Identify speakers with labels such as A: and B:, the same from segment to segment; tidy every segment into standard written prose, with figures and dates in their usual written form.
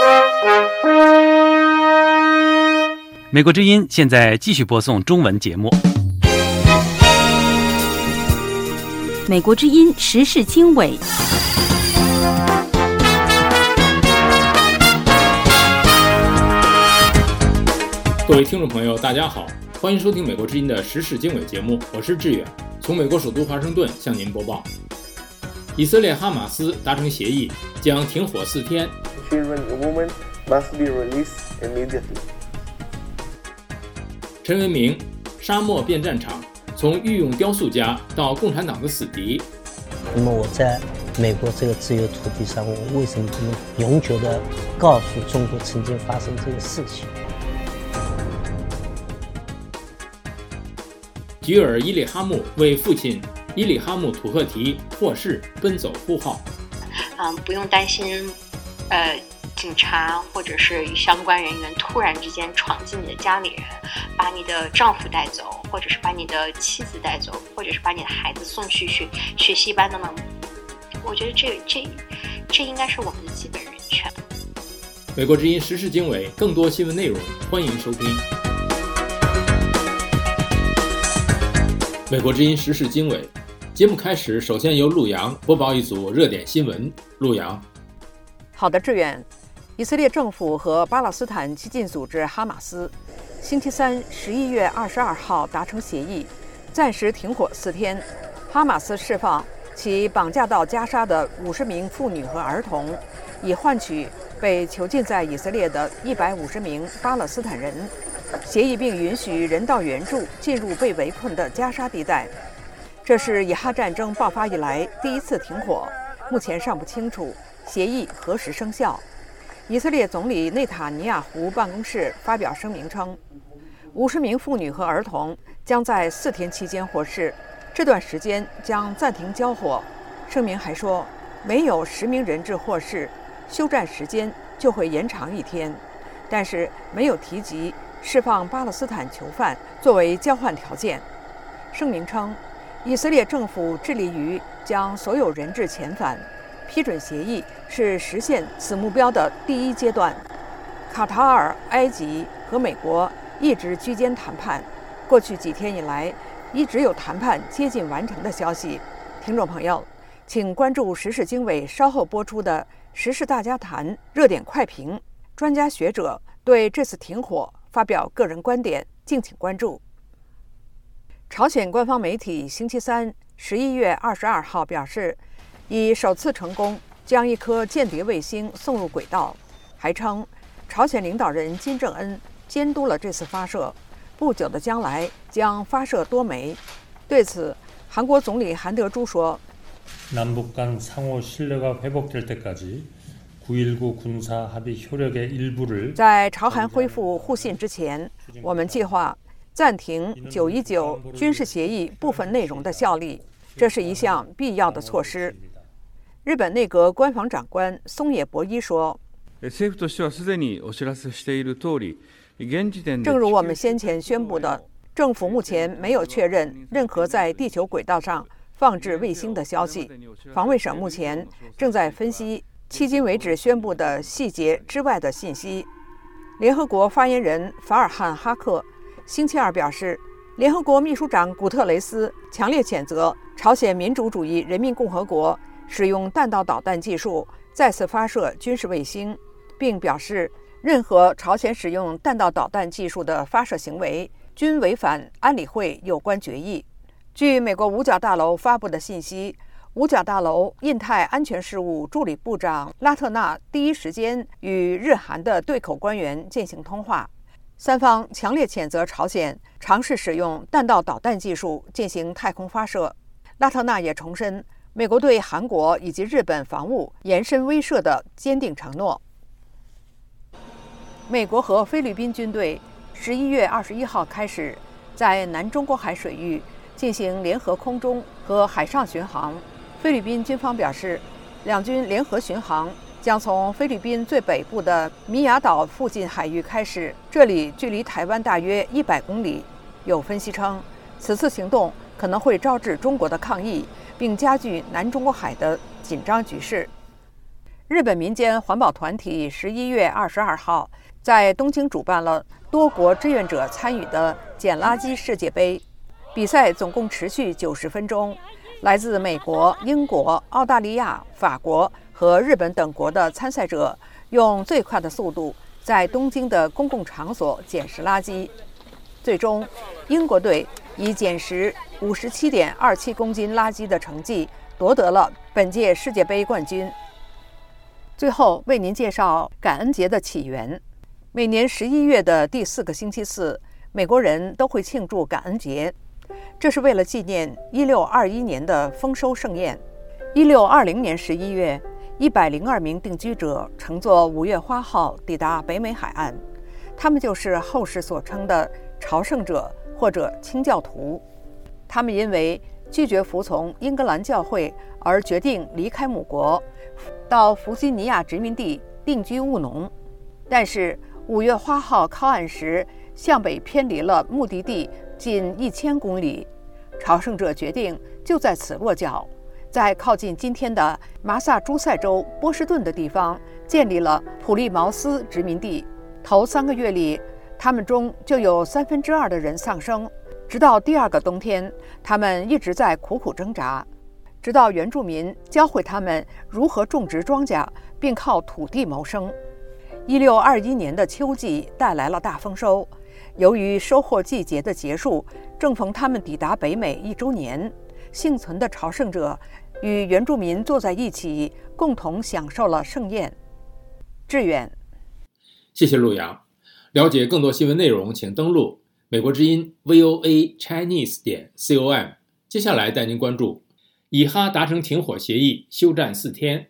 A: 美国之音现在继续播送中文节目。
B: 美国之音时事经纬。
C: 各位听众朋友，大家好，欢迎收听美国之音的时事经纬节目，我是志远，从美国首都华盛顿向您播报。以色列哈马斯达成协议，将停火4天。
D: Children and women must be released immediately.
C: 陈文明，沙漠变战场，从御用雕塑家到共产党的死敌。
E: 那么我在美国这个自由土地上，我为什么不能永久地告诉中国曾经发生这个事情？
C: 吉尔伊里哈木为父亲伊里哈木土赫提获释奔走呼号。
F: 不用担心，警察或者是相关人员突然之间闯进你的家里人，把你的丈夫带走，或者是把你的妻子带走，或者是把你的孩子送去学习班等等。我觉得这应该是我们的基本人权。
C: 美国之音时事经纬，更多新闻内容，欢迎收听。美国之音时事经纬节目开始，首先由陆阳播报一组热点新闻。陆阳。
G: 好的，志远。以色列政府和巴勒斯坦激进组织哈马斯星期三11月22号达成协议，暂时停火4天。哈马斯释放其绑架到加沙的50名妇女和儿童，以换取被囚禁在以色列的150名巴勒斯坦人。协议并允许人道援助进入被围困的加沙地带。这是以哈战争爆发以来第一次停火，目前尚不清楚协议何时生效。以色列总理内塔尼亚胡办公室发表声明称，50名妇女和儿童将在4天期间获释，这段时间将暂停交火。声明还说，没有10名人质获释，休战时间就会延长1天，但是没有提及释放巴勒斯坦囚犯作为交换条件。声明称，以色列政府致力于将所有人质遣返，批准协议是实现此目标的第一阶段。卡塔尔、埃及和美国一直居间谈判，过去几天以来一直有谈判接近完成的消息。听众朋友，请关注时事经纬稍后播出的时事大家谈热点快评，专家学者对这次停火发表个人观点，敬请关注。朝鲜官方媒体星期三11月22号表示，已首次成功将一颗间谍卫星送入轨道，还称朝鲜领导人金正恩监督了这次发射，不久的将来将发射多枚。对此，韩国总理韩德洙说，在朝韩恢复互信之前，我们计划暂停919军事协议部分内容的效力，这是一项必要的措施。日本内阁官房长官松野博一说，正如我们先前宣布的，政府目前没有确认任何在地球轨道上放置卫星的消息。防卫省目前正在分析迄今为止宣布的细节之外的信息。联合国发言人法尔汉·哈克星期二表示，联合国秘书长古特雷斯强烈谴责朝鲜民主主义人民共和国使用弹道导弹技术再次发射军事卫星，并表示任何朝鲜使用弹道导弹技术的发射行为均违反安理会有关决议。据美国五角大楼发布的信息，五角大楼印太安全事务助理部长拉特纳第一时间与日韩的对口官员进行通话，三方强烈谴责朝鲜尝试使用弹道导弹技术进行太空发射。拉特纳也重申美国对韩国以及日本防务延伸威慑的坚定承诺。美国和菲律宾军队11月21号开始在南中国海水域进行联合空中和海上巡航。菲律宾军方表示，两军联合巡航将从菲律宾最北部的米亚岛附近海域开始，这里距离台湾大约100公里。有分析称，此次行动可能会招致中国的抗议，并加剧南中国海的紧张局势。 日本民间环保团体11月22号在东京主办了多国志愿者参与的捡垃圾世界杯。比赛总共持续90分钟，来自美国、英国、澳大利亚、法国和日本等国的参赛者用最快的速度在东京的公共场所捡拾垃圾。最终，英国队以捡拾57.27公斤垃圾的成绩夺得了本届世界杯冠军。最后为您介绍感恩节的起源。每年11月的第4个星期四，美国人都会庆祝感恩节，这是为了纪念1621年的丰收盛宴。1620年11月，102名定居者乘坐5月花号抵达北美海岸，他们就是后世所称的朝圣者或者清教徒。他们因为拒绝服从英格兰教会而决定离开母国，到弗吉尼亚殖民地定居务农。但是5月花号靠岸时向北偏离了目的地近1000公里，朝圣者决定就在此落脚，在靠近今天的麻萨诸塞州波士顿的地方建立了普利茅斯殖民地。头3个月里，他们中就有2/3的人丧生。直到第2个冬天，他们一直在苦苦挣扎，直到原住民教会他们如何种植庄稼，并靠土地谋生。1621年的秋季带来了大丰收，由于收获季节的结束，正逢他们抵达北美1周年，幸存的朝圣者与原住民坐在一起，共同享受了盛宴。志远，
C: 谢谢陆阳。了解更多新闻内容，请登录美国之音 voachinese.com。接下来带您关注以哈达成停火协议，休战4天。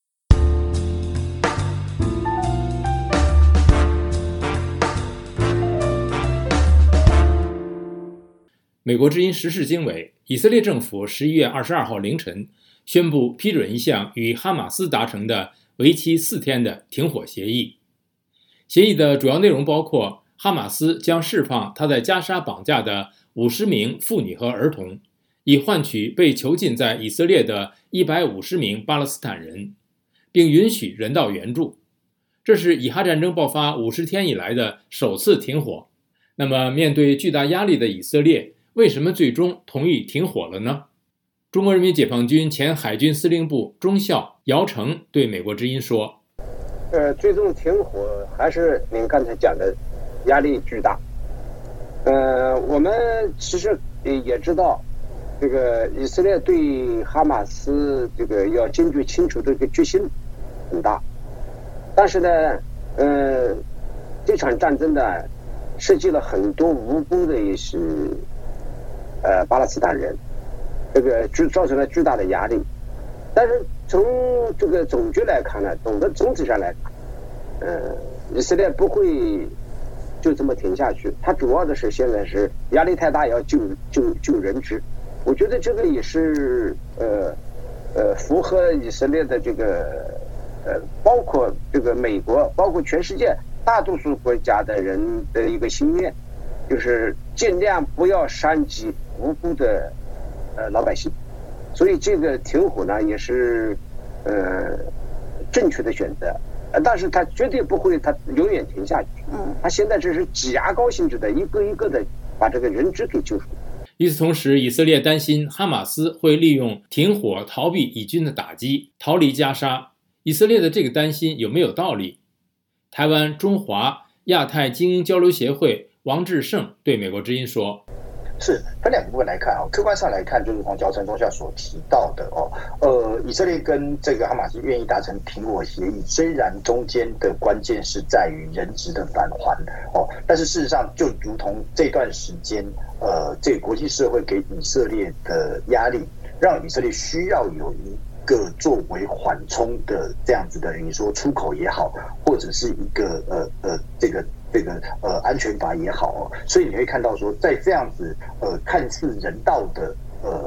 C: 美国之音时事经纬，以色列政府11月22号凌晨宣布批准一项与哈马斯达成的为期4天的停火协议。协议的主要内容包括，哈马斯将释放他在加沙绑架的50名妇女和儿童，以换取被囚禁在以色列的150名巴勒斯坦人，并允许人道援助。这是以哈战争爆发50天以来的首次停火。那么，面对巨大压力的以色列，为什么最终同意停火了呢？中国人民解放军前海军司令部中校姚成对美国之音说：
H: 最终停火还是您刚才讲的压力巨大。我们其实也知道，这个以色列对哈马斯这个要坚决清除的这个决心很大，但是呢，这场战争呢，涉及了很多无辜的一些巴勒斯坦人，这个造成了巨大的压力。但是从这个总局来看呢，总体上来看，以色列不会就这么停下去。它主要的是现在是压力太大，要救人质。我觉得这个也是符合以色列的这个包括这个美国，包括全世界大多数国家的人的一个心愿，就是尽量不要伤及无辜的老百姓。所以这个停火呢，也是正确的选择。但是它绝对不会，它永远停下去。它现在只是挤牙膏性质的，一个一个的把这个人质给救出。
C: 与此同时，以色列担心哈马斯会利用停火逃避以军的打击，逃离加沙。以色列的这个担心有没有道理？台湾中华亚太精英交流协会王志胜对美国之音说：
I: 是分两个部分来看啊，客观上来看，就是从姚成中校所提到的以色列跟这个哈马斯愿意达成停火协议，虽然中间的关键是在于人质的返还但是事实上就如同这段时间这个国际社会给以色列的压力，让以色列需要有一个作为缓冲的这样子的，你说出口也好，或者是一个这个安全法也好所以你会看到说，在这样子看似人道的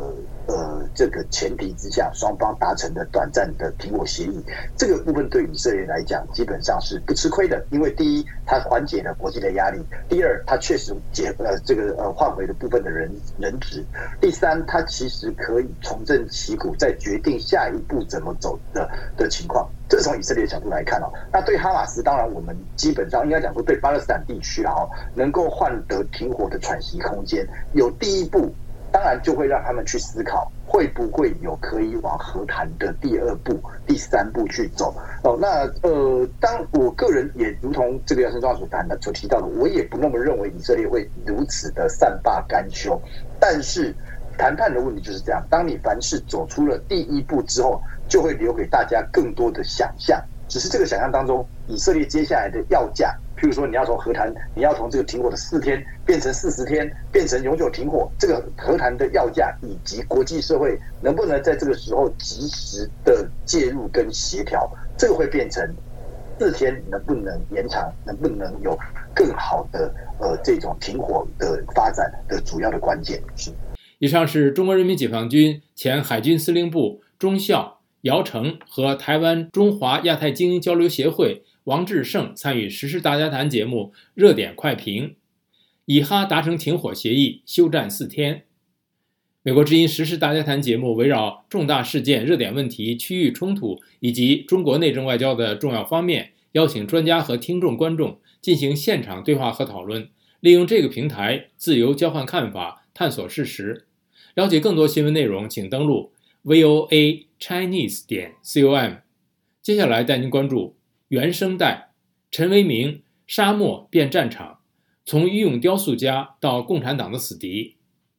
I: 这个前提之下，双方达成的短暂的停火协议，这个部分对以色列来讲基本上是不吃亏的，因为第一，它缓解了国际的压力；第二，它确实换回了部分的人质；第三，它其实可以重振旗鼓，再决定下一步怎么走的情况。这是从以色列的角度来看哦。那对哈马斯，当然我们基本上应该讲说，对巴勒斯坦地区能够换得停火的喘息空间，有第一步。当然就会让他们去思考，会不会有可以往和谈的第二步、第三步去走。当我个人也如同这个姚先生所提到的，我也不那么认为以色列会如此的善罢甘休。但是谈判的问题就是这样，当你凡事走出了第一步之后，就会留给大家更多的想象。只是这个想象当中，以色列接下来的要价，譬如说你要从和谈，你要从这个停火的4天变成40天，变成永久停火，这个和谈的要价以及国际社会能不能在这个时候及时的介入跟协调，这个会变成4天能不能延长，能不能有更好的这种停火的发展的主要的关键。
C: 以上是中国人民解放军前海军司令部中校姚成和台湾中华亚太精英交流协会王志胜参与时事大家谈节目热点快评，以哈达成停火协议，休战4天。美国之音时事大家谈节目围绕重大事件、热点问题、区域冲突以及中国内政外交的重要方面，邀请专家和听众观众进行现场对话和讨论，利用这个平台自由交换看法，探索事实。了解更多新闻内容，请登录 voachinese.com。 接下来带您关注原声带，陈为民，沙漠变战场，从御用雕塑家到共产党的死敌。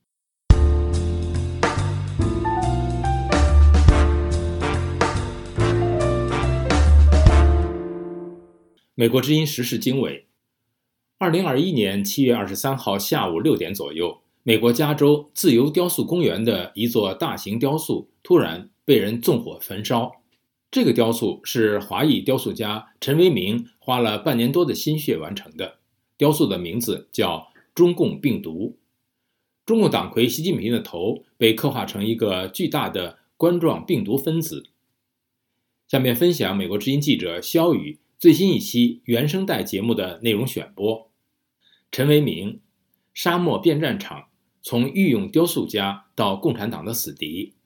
C: 美国之音时事经纬，2021年7月23号下午6点左右，美国加州自由雕塑公园的一座大型雕塑突然被人纵火焚烧。这个雕塑是华裔雕塑家陈为民花了半年多的心血完成的。雕塑的名字叫中共病毒。中共党魁习近平的头被刻画成一个巨大的冠状病毒分子。下面分享美国之音记者肖宇最新一期原声带节目的内容选播。陈为民，沙漠变战场，从御用雕塑家到共产党的死敌。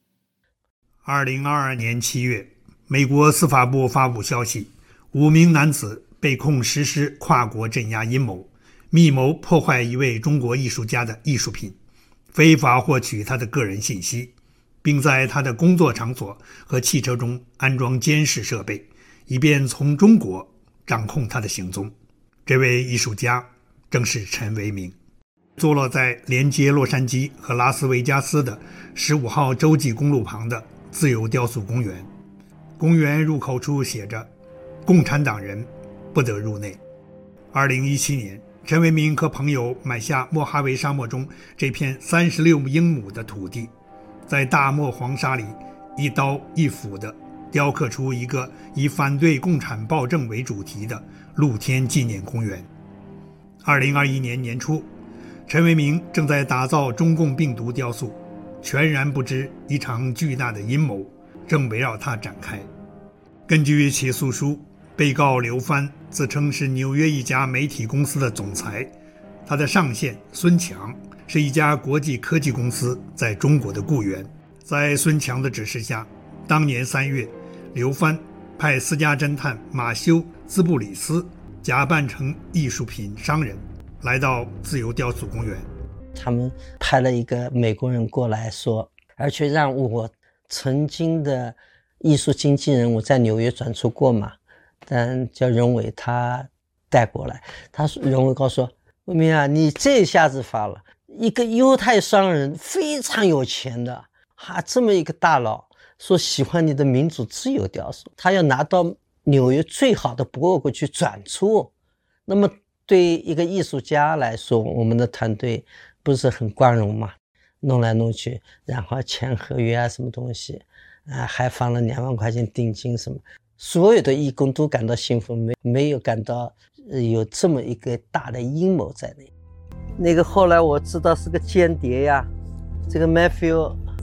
J: 2022年7月，美国司法部发布消息，5名男子被控实施跨国镇压阴谋，密谋破坏一位中国艺术家的艺术品，非法获取他的个人信息，并在他的工作场所和汽车中安装监视设备，以便从中国掌控他的行踪。这位艺术家正是陈为民，坐落在连接洛杉矶和拉斯维加斯的15号洲际公路旁的自由雕塑公园。公园入口处写着共产党人不得入内。2017年，陈为民和朋友买下莫哈维沙漠中这片36英亩的土地，在大漠黄沙里一刀一斧地雕刻出一个以反对共产暴政为主题的露天纪念公园。2021年年初，陈为民正在打造中共病毒雕塑，全然不知一场巨大的阴谋正围绕他展开。根据起诉书，被告刘帆自称是纽约一家媒体公司的总裁，他的上线孙强是一家国际科技公司在中国的雇员。在孙强的指示下，当年3月，刘帆派私家侦探马修·兹布里斯假扮成艺术品商人，来到自由雕塑公园。
E: 他们派了一个美国人过来说，而且让我曾经的艺术经纪人，我在纽约转出过嘛，但叫任伟他带过来。他说，任伟告诉我，为民啊，你这下子发了，一个犹太商人非常有钱的，这么一个大佬说喜欢你的民主自由雕塑，他要拿到纽约最好的博物馆去转出。那么对一个艺术家来说，我们的团队不是很光荣嘛，弄来弄去，然后签合约啊，什么东西还放了2万块钱定金什么，所有的义工都感到幸福，没有感到有这么一个大的阴谋在内。那个后来我知道是个间谍呀，这个 Matthew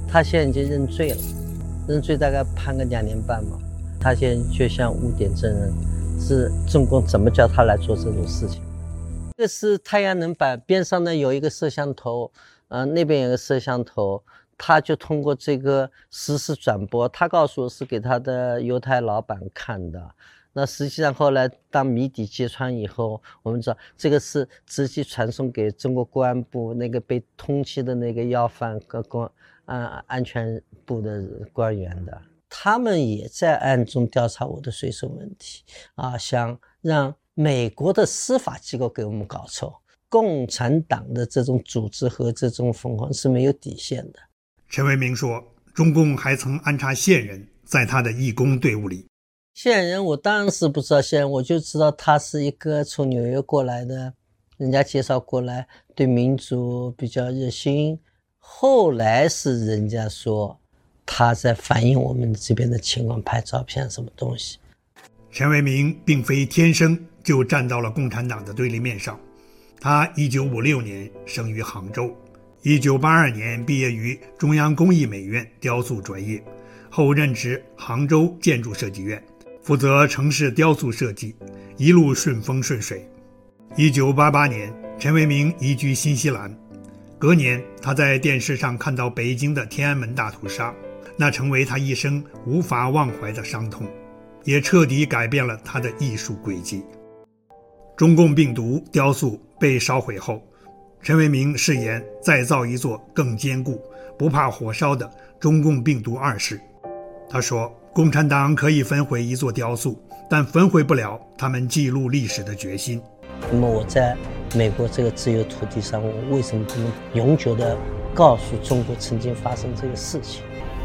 E: 他现在已经认罪了，认罪大概判个2年半嘛。他现在就像污点证人，是中共怎么叫他来做这种事情？这是太阳能板边上呢有一个摄像头，那边有个摄像头，他就通过这个实时转播，他告诉我是给他的犹太老板看的。那实际上后来当谜底揭穿以后，我们知道这个是直接传送给中国公安部那个被通缉的那个要犯和安全部的官员的，他们也在暗中调查我的税收问题想让美国的司法机构给我们搞臭。共产党的这种组织和这种疯狂是没有底线的。
J: 陈为民说，中共还曾安插线人在他的义工队伍里。
E: 线人我当然是不知道，线人我就知道他是一个从纽约过来的，人家介绍过来，对民主比较热心。后来是人家说他在反映我们这边的情况，拍照片什么东西。
J: 陈为民并非天生就站到了共产党的对立面上，他1956年生于杭州，1982年毕业于中央工艺美院雕塑专业，后任职杭州建筑设计院，负责城市雕塑设计，一路顺风顺水。1988年，陈为民移居新西兰，隔年他在电视上看到北京的天安门大屠杀，那成为他一生无法忘怀的伤痛，也彻底改变了他的艺术轨迹。中共病毒雕塑被烧毁后，陈为民誓言再造一座更坚固、不怕火烧的中共病毒2世。他说，共产党可以焚毁一座雕塑，但焚毁不了他们记录历史的决心。
E: 那么我在美国这个自由土地上，我为什么不能永久地告诉中国曾经发生这个事情？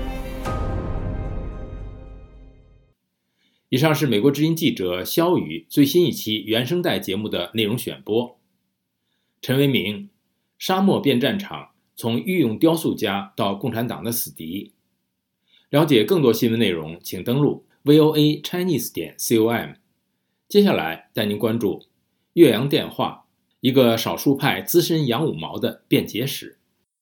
C: 以上是美国之音记者肖宇最新一期原声带节目的内容选播。陈为民，沙漠变战场，从御用雕塑家到共产党的死敌。了解更多新闻内容，请登录 voachinese.com。接下来带您关注岳阳电话，一个少数派资深养五毛的辩解史。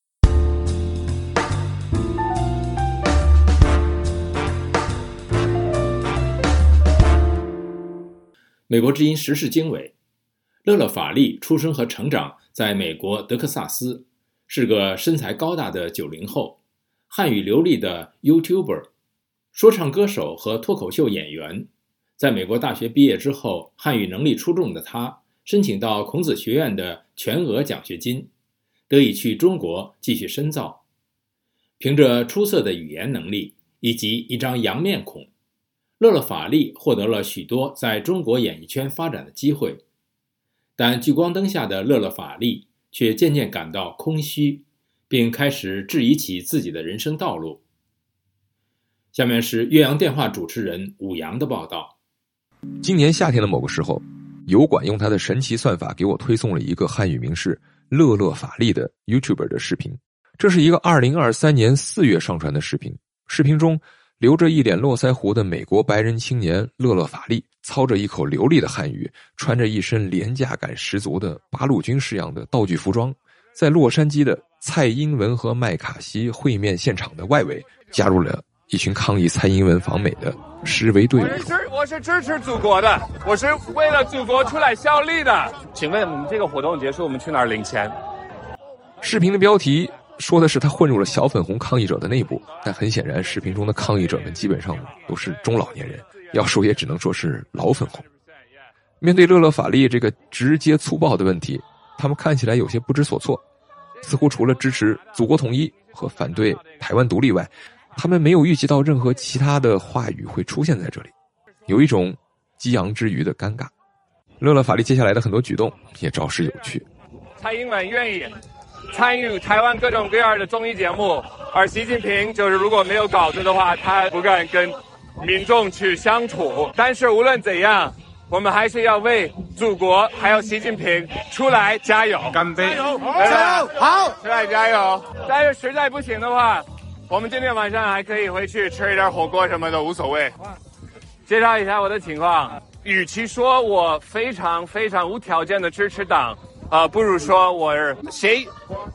C: 美国之音时事经纬，勒勒法利出生和成长在美国德克萨斯，是个身材高大的90后，汉语流利的 YouTuber， 说唱歌手和脱口秀演员。在美国大学毕业之后，汉语能力出众的他申请到孔子学院的全额奖学金，得以去中国继续深造。凭着出色的语言能力以及一张洋面孔，勒勒法利获得了许多在中国演艺圈发展的机会，但聚光灯下的勒勒法利却渐渐感到空虚，并开始质疑起自己的人生道路。下面是岳阳电话主持人武阳的报道。
K: 今年夏天的某个时候，油管用他的神奇算法给我推送了一个汉语名士勒勒法利的 YouTuber 的视频。这是一个2023年4月上传的视频，视频中留着一脸络腮胡的美国白人青年勒勒法利，操着一口流利的汉语，穿着一身廉价感十足的八路军式样的道具服装，在洛杉矶的蔡英文和麦卡锡会面现场的外围，加入了一群抗议蔡英文访美的示威队伍。
L: 我是支持祖国的，我是为了祖国出来效力的。请问我们这个活动结束，我们去哪儿领钱？
K: 视频的标题说的是他混入了小粉红抗议者的内部，但很显然视频中的抗议者们基本上都是中老年人，要说也只能说是老粉红。面对勒勒法利这个直接粗暴的问题，他们看起来有些不知所措，似乎除了支持祖国统一和反对台湾独立外，他们没有预计到任何其他的话语会出现在这里，有一种激昂之余的尴尬。勒勒法利接下来的很多举动也着实有趣。
L: 蔡英文愿意参与台湾各种各样的综艺节目，而习近平就是如果没有稿子的话，他不敢跟民众去相处。但是无论怎样，我们还是要为祖国还有习近平出来加油，干杯！加油！加油！好，出来加油！但是实在不行的话，我们今天晚上还可以回去吃一点火锅什么的，无所谓。介绍一下我的情况，与其说我非常非常无条件的支持党，不如说我是谁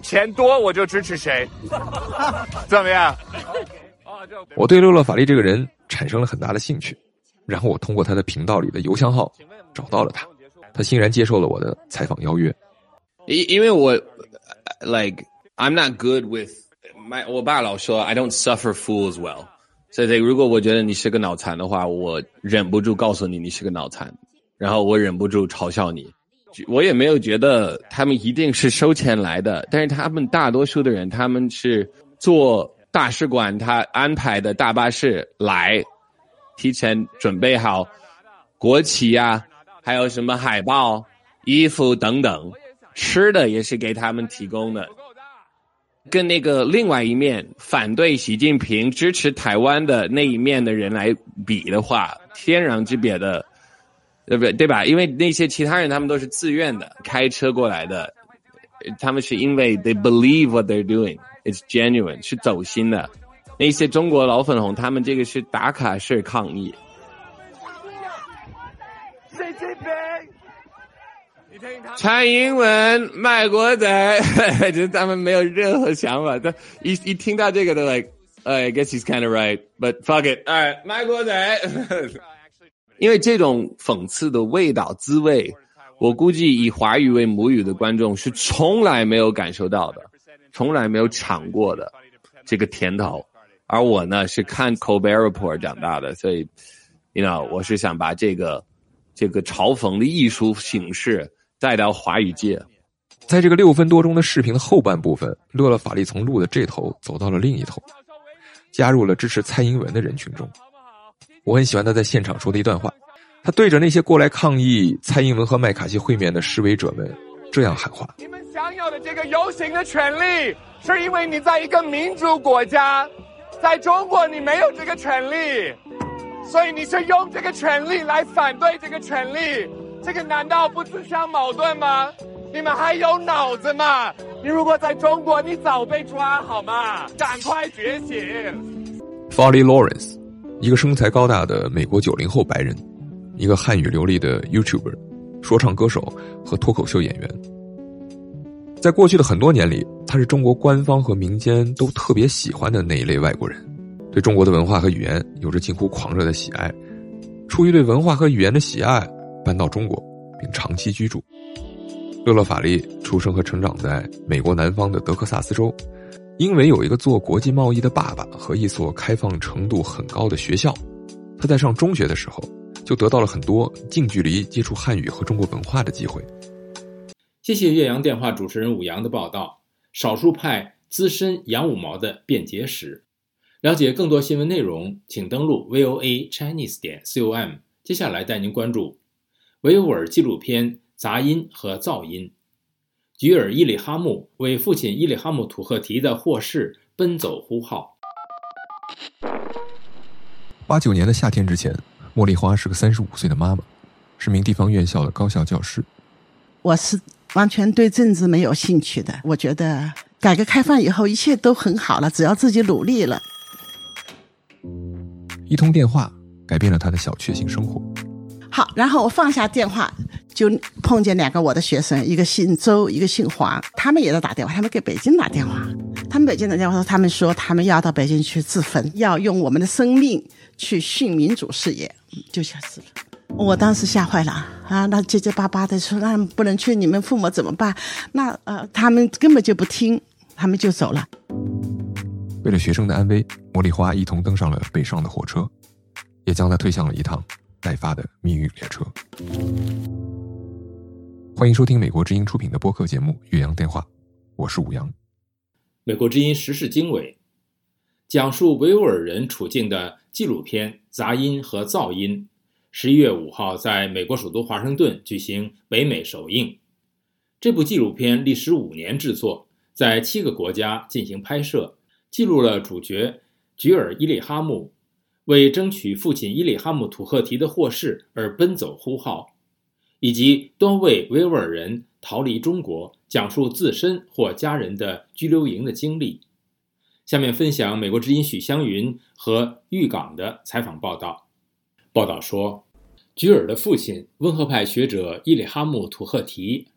L: 钱多我就支持谁，怎么样？
K: 我对勒勒法利这个人产生了很大的兴趣，然后我通过他的频道里的邮箱号找到了他，他欣然接受了我的采访邀约。
M: 因为我 like I'm not good with我爸老说 I don't suffer fools well， 所以如果我觉得你是个脑残的话，我忍不住告诉你是个脑残，然后我忍不住嘲笑你。我也没有觉得他们一定是收钱来的，但是他们大多数的人，他们是坐大使馆他安排的大巴士来，提前准备好国旗啊，还有什么海报、衣服等等，吃的也是给他们提供的。跟那个另外一面反对习近平、支持台湾的那一面的人来比的话，天壤之别的。对吧？因为那些其他人他们都是自愿的，开车过来的，他们是因为 they believe what they're doing, it's genuine， 是走心的。那些中国老粉红，他们这个是打卡式抗议。蔡英文卖国仔，就是他们没有任何想法，他一听到这个都 like I guess he's kind of right, but fuck it, alright， 卖国仔。因为这种讽刺的味道滋味，我估计以华语为母语的观众是从来没有感受到的，从来没有尝过的这个甜头。而我呢是看 Colbert Report 长大的，所以 you know 我是想把这个嘲讽的艺术形式带到华语界。
K: 在这个6分多钟的视频的后半部分，勒勒法利从路的这头走到了另一头，加入了支持蔡英文的人群中。我很喜欢他在现场说的一段话，他对着那些过来抗议蔡英文和麦卡锡会面的示威者们这样喊话：
L: 你们享有的这个游行的权利，是因为你在一个民主国家，在中国你没有这个权利，所以你是用这个权利来反对这个权利，这个难道不自相矛盾吗？你们还有脑子吗？你如果在中国，你早被抓好吗？赶快觉醒。
K: Farley Lawrence，一个身材高大的美国90后白人，一个汉语流利的 YouTuber， 说唱歌手和脱口秀演员。在过去的很多年里，他是中国官方和民间都特别喜欢的那一类外国人，对中国的文化和语言有着近乎狂热的喜爱。出于对文化和语言的喜爱，搬到中国并长期居住。勒勒法利出生和成长在美国南方的德克萨斯州，因为有一个做国际贸易的爸爸和一所开放程度很高的学校，他在上中学的时候就得到了很多近距离接触汉语和中国文化的机会。
C: 谢谢岳阳电话主持人武阳的报道，少数派资深洋五毛的辩解史。了解更多新闻内容，请登录 voachinese.com。 接下来带您关注维吾尔纪录片杂音和噪音。菊尔伊里哈木为父亲伊里哈木土赫提的获释奔走呼号。
K: 89年的夏天之前，茉莉花是个35岁的妈妈，是名地方院校的高校教师。
N: 我是完全对政治没有兴趣的，我觉得改革开放以后一切都很好了，只要自己努力了。
K: 一通电话改变了他的小确幸生活。
N: 好，然后我放下电话，就碰见2个我的学生，一个姓周，一个姓黄，他们也在打电话，他们给北京打电话，他们北京打电话说，他们说他们要到北京去自焚，要用我们的生命去殉民主事业，就想自焚。我当时吓坏了啊！那结结巴巴的说，那不能去，你们父母怎么办？那他们根本就不听，他们就走了。
K: 为了学生的安危，茉莉花一同登上了北上的火车，也将他推向了一趟待发的命运列车。欢迎收听美国之音出品的播客节目《岳阳电话》，我是武阳。
C: 美国之音时事经纬，讲述维吾尔人处境的纪录片《杂音和噪音》11月5号在美国首都华盛顿举行北美首映。这部纪录片历时5年制作，在7个国家进行拍摄，记录了主角菊尔伊里哈木为争取父亲伊里哈木土赫提的获释而奔走呼号，以及多位维吾尔人逃离中国，讲述自身或家人的拘留营的经历。下面分享美国之音许湘云和玉港的采访报道。报道说，菊尔的父亲温和派学者伊里哈木土赫提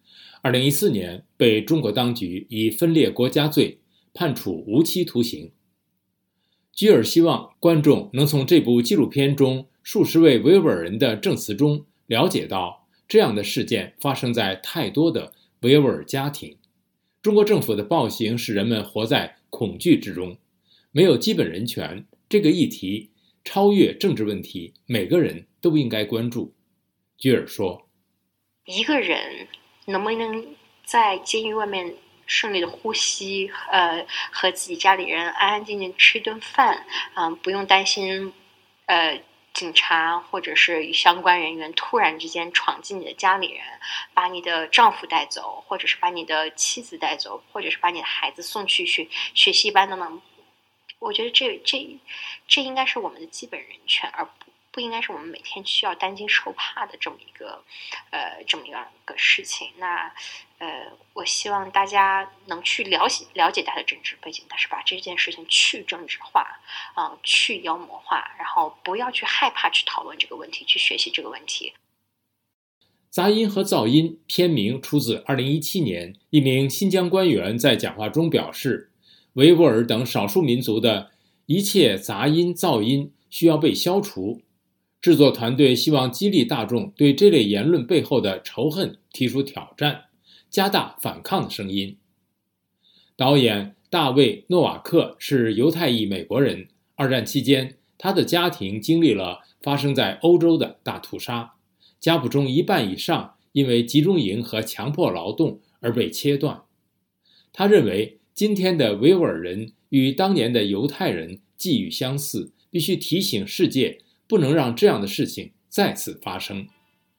C: 2014年被中国当局以分裂国家罪判处无期徒刑。居尔希望观众能从这部纪录片中数十位维吾尔人的证词中了解到，这样的事件发生在太多的维吾尔家庭。中国政府的暴行使人们活在恐惧之中，没有基本人权这个议题超越政治问题，每个人都应该关注。居尔说，
F: 一个人能不能在监狱外面顺利的呼吸，和自己家里人安安静静吃一顿饭，不用担心警察或者是相关人员突然之间闯进你的家里人，把你的丈夫带走，或者是把你的妻子带走，或者是把你的孩子送去学习班等等。我觉得这应该是我们的基本人权，而不应该是我们每天需要担惊受怕的这么一个事情。那我希望大家能去了解他的政治背景，但是把这件事情去政治化，去妖魔化，然后不要去害怕去讨论这个问题，去学习这个问题。
C: 杂音和噪音片名出自2017年一名新疆官员在讲话中表示，维吾尔等少数民族的一切杂音噪音需要被消除。制作团队希望激励大众对这类言论背后的仇恨提出挑战，加大反抗的声音。导演大卫·诺瓦克是犹太裔美国人，二战期间他的家庭经历了发生在欧洲的大屠杀，家谱中一半以上因为集中营和强迫劳动而被切断。他认为今天的维吾尔人与当年的犹太人际遇相似，必须提醒世界不能让这样的事情再次发生。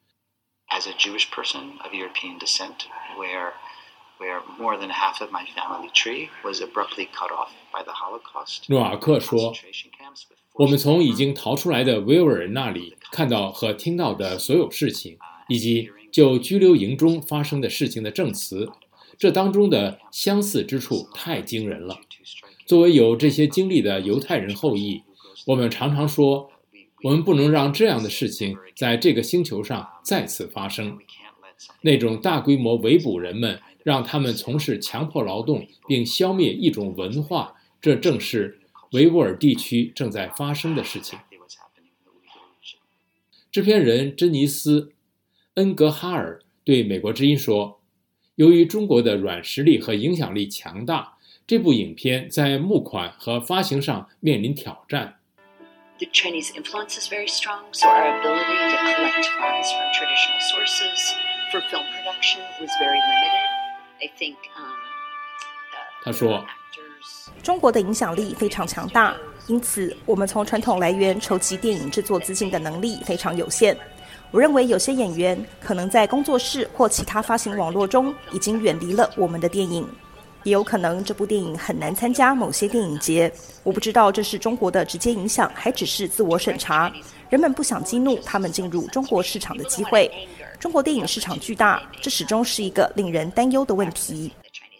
O: As a Jewish person of European descent, where more than half of my family tree was abruptly cut off by the Holocaust.
C: 诺瓦克说，我们从已经逃出来的维吾尔人那里看到和听到的所有事情，以及就拘留营中发生的事情的证词，这当中的相似之处太惊人了。作为有这些经历的犹太人后裔，我们常常说，我们不能让这样的事情在这个星球上再次发生。那种大规模围捕人们，让他们从事强迫劳动并消灭一种文化，这正是维吾尔地区正在发生的事情。制片人珍妮斯·恩格哈尔对美国之音说，由于中国的软实力和影响力强大，这部影片在募款和发行上面临挑战。
P: The Chinese influence is very strong, so our ability to collect funds from traditional sources for film production was very limited. I think,
C: 他说，
Q: 中国的影响力非常强大，因此我们从传统来源筹集电影制作资金的能力非常有限。我认为有些演员可能在工作室或其他发行网络中已经远离了我们的电影。也有可能这部电影很难参加某些电影节，我不知道这是中国的直接影响，还只是自我审查。人们不想激怒他们进入中国市场的机会。中国电影市场巨大，这始终是一个令人担忧的问题。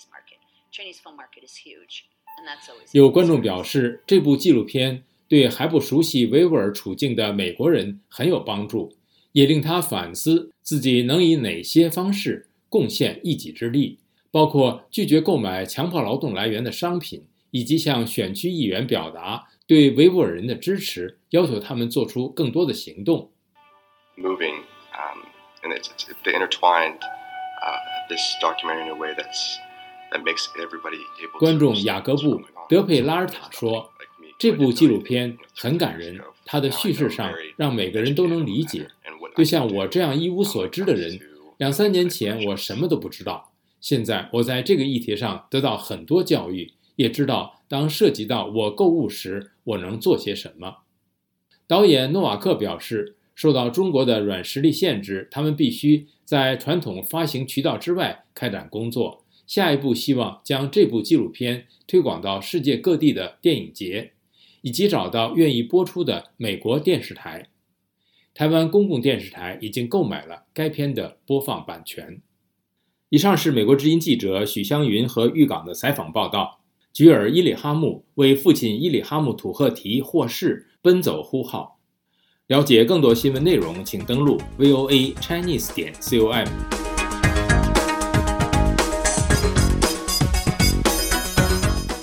C: 有观众表示，这部纪录片对还不熟悉维吾尔处境的美国人很有帮助，也令他反思自己能以哪些方式贡献一己之力，包括拒绝购买强迫劳动来源的商品，以及向选区议员表达对维吾尔人的支持，要求他们做出更多的行动。
R: Moving, and they intertwined this documentary in a way that makes everybody able.
C: 观众雅各布·德佩拉尔塔说，这部纪录片很感人，它的叙事上让每个人都能理解。对像我这样一无所知的人，2-3年前我什么都不知道。现在我在这个议题上得到很多教育，也知道当涉及到我购物时，我能做些什么。导演诺瓦克表示，受到中国的软实力限制，他们必须在传统发行渠道之外开展工作。下一步希望将这部纪录片推广到世界各地的电影节，以及找到愿意播出的美国电视台。台湾公共电视台已经购买了该片的播放版权。以上是美国之音记者许湘云和玉港的采访报道。菊尔·伊里哈木为父亲伊里哈木·土赫提获释奔走呼号。了解更多新闻内容，请登录 voachinese.com。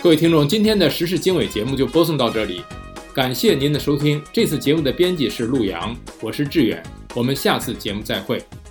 C: 各位听众，今天的时事经纬节目就播送到这里，感谢您的收听。这次节目的编辑是陆阳，我是志远，我们下次节目再会。